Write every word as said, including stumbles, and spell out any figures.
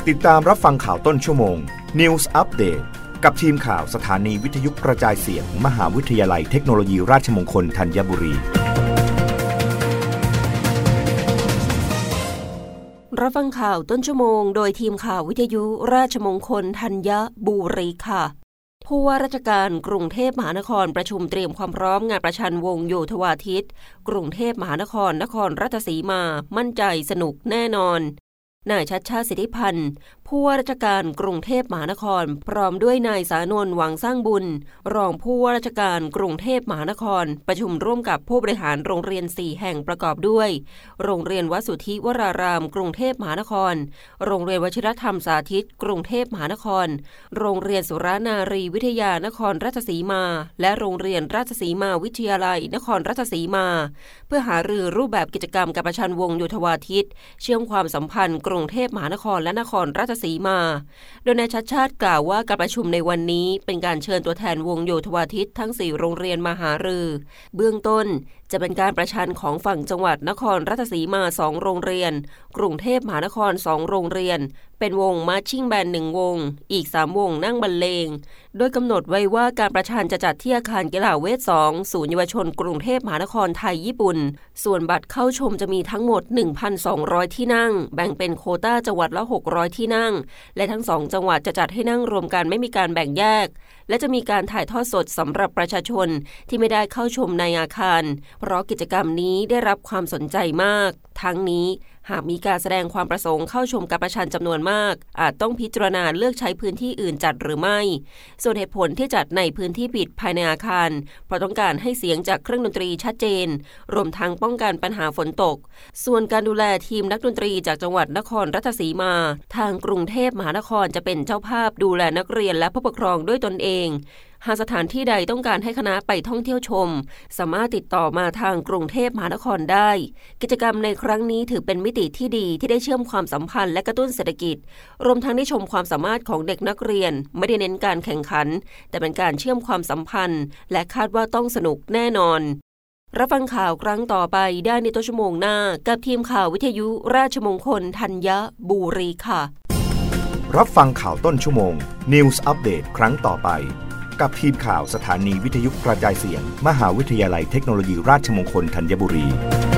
ติดตามรับฟังข่าวต้นชั่วโมง News Update กับทีมข่าวสถานีวิทยุกระจายเสียง มหาวิทยาลัยเทคโนโลยีราชมงคลธัญบุรีรับฟังข่าวต้นชั่วโมงโดยทีมข่าววิทยุราชมงคลธัญบุรีค่ะผู้ว่าราชการกรุงเทพมหานครประชุมเตรียมความพร้อมงานประชันวงโยธวาทิตกรุงเทพมหานครนครราชสีมามั่นใจสนุกแน่นอนนายชัชชาติสิทธิพันธ์ผู้ว่าราชการกรุงเทพมหานครพร้อมด้วยนายสานนท์หวังสร้างบุญรองผู้ว่าราชการกรุงเทพมหานครประชุมร่วมกับผู้บริหารโรงเรียนสี่แห่งประกอบด้วยโรงเรียนวสุทธิวรารามกรุงเทพมหานครโรงเรียนวชิรธรรมสาธิตกรุงเทพมหานครโรงเรียนสุรานารีวิทยานครราชสีมาและโรงเรียนราชสีมาวิทยาลัยนครราชสีมาเพื่อหารือรูปแบบกิจกรรมการประชันวงโยธวาทิตเชื่อมความสัมพันธ์กรุงเทพมหานครและนครราชสีมาโดยนายชัชชาติกล่าวว่าการประชุมในวันนี้เป็นการเชิญตัวแทนวงโยธวาทิตทั้งสี่โรงเรียนมาหารือเบื้องต้นจะเป็นการประชันของฝั่งจังหวัดนครราชสีมาสองโรงเรียนกรุงเทพมหานครสองโรงเรียนเป็นวงมาร์ชชิ่งแบนด์หนึ่งวงอีกสามวงนั่งบรรเลงโดยกำหนดไว้ว่าการประชันจะจัดที่อาคารกีฬาเวทสองศูนย์เยาวชนกรุงเทพมหานครไทยญี่ปุ่นส่วนบัตรเข้าชมจะมีทั้งหมด หนึ่งพันสองร้อย ที่นั่งแบ่งเป็นโควต้าจังหวัดละหกร้อยที่นั่งและทั้งสองจังหวัดจะจัดให้นั่งรวมกันไม่มีการแบ่งแยกและจะมีการถ่ายทอดสดสำหรับประชาชนที่ไม่ได้เข้าชมในอาคารเพราะกิจกรรมนี้ได้รับความสนใจมากทั้งนี้หากมีการแสดงความประสงค์เข้าชมการประชันจำนวนมากอาจต้องพิจารณาเลือกใช้พื้นที่อื่นจัดหรือไม่ส่วนเหตุผลที่จัดในพื้นที่ปิดภายในอาคารเพราะต้องการให้เสียงจากเครื่องดนตรีชัดเจนรวมทั้งป้องกันปัญหาฝนตกส่วนการดูแลทีมนักดนตรีจากจังหวัดนครราชสีมาทางกรุงเทพมหานครจะเป็นเจ้าภาพดูแลนักเรียนและผู้ปกครองด้วยตนเองหากสถานที่ใดต้องการให้คณะไปท่องเที่ยวชมสามารถติดต่อมาทางกรุงเทพมหานครได้กิจกรรมในครั้งนี้ถือเป็นมิติที่ดีที่ได้เชื่อมความสัมพันธ์และกระตุ้นเศรษฐกิจรวมทั้งได้ชมความสามารถของเด็กนักเรียนไม่ได้เน้นการแข่งขันแต่เป็นการเชื่อมความสัมพันธ์และคาดว่าต้องสนุกแน่นอนรับฟังข่าวครั้งต่อไปได้ในต้นชั่วโมงหน้ากับทีมข่าววิทยุราชมงคลธัญบุรีค่ะรับฟังข่าวต้นชั่วโมง News Update ครั้งต่อไปกับทีมข่าวสถานีวิทยุกระจายเสียง มหาวิทยาลัยเทคโนโลยีราชมงคลธัญบุรี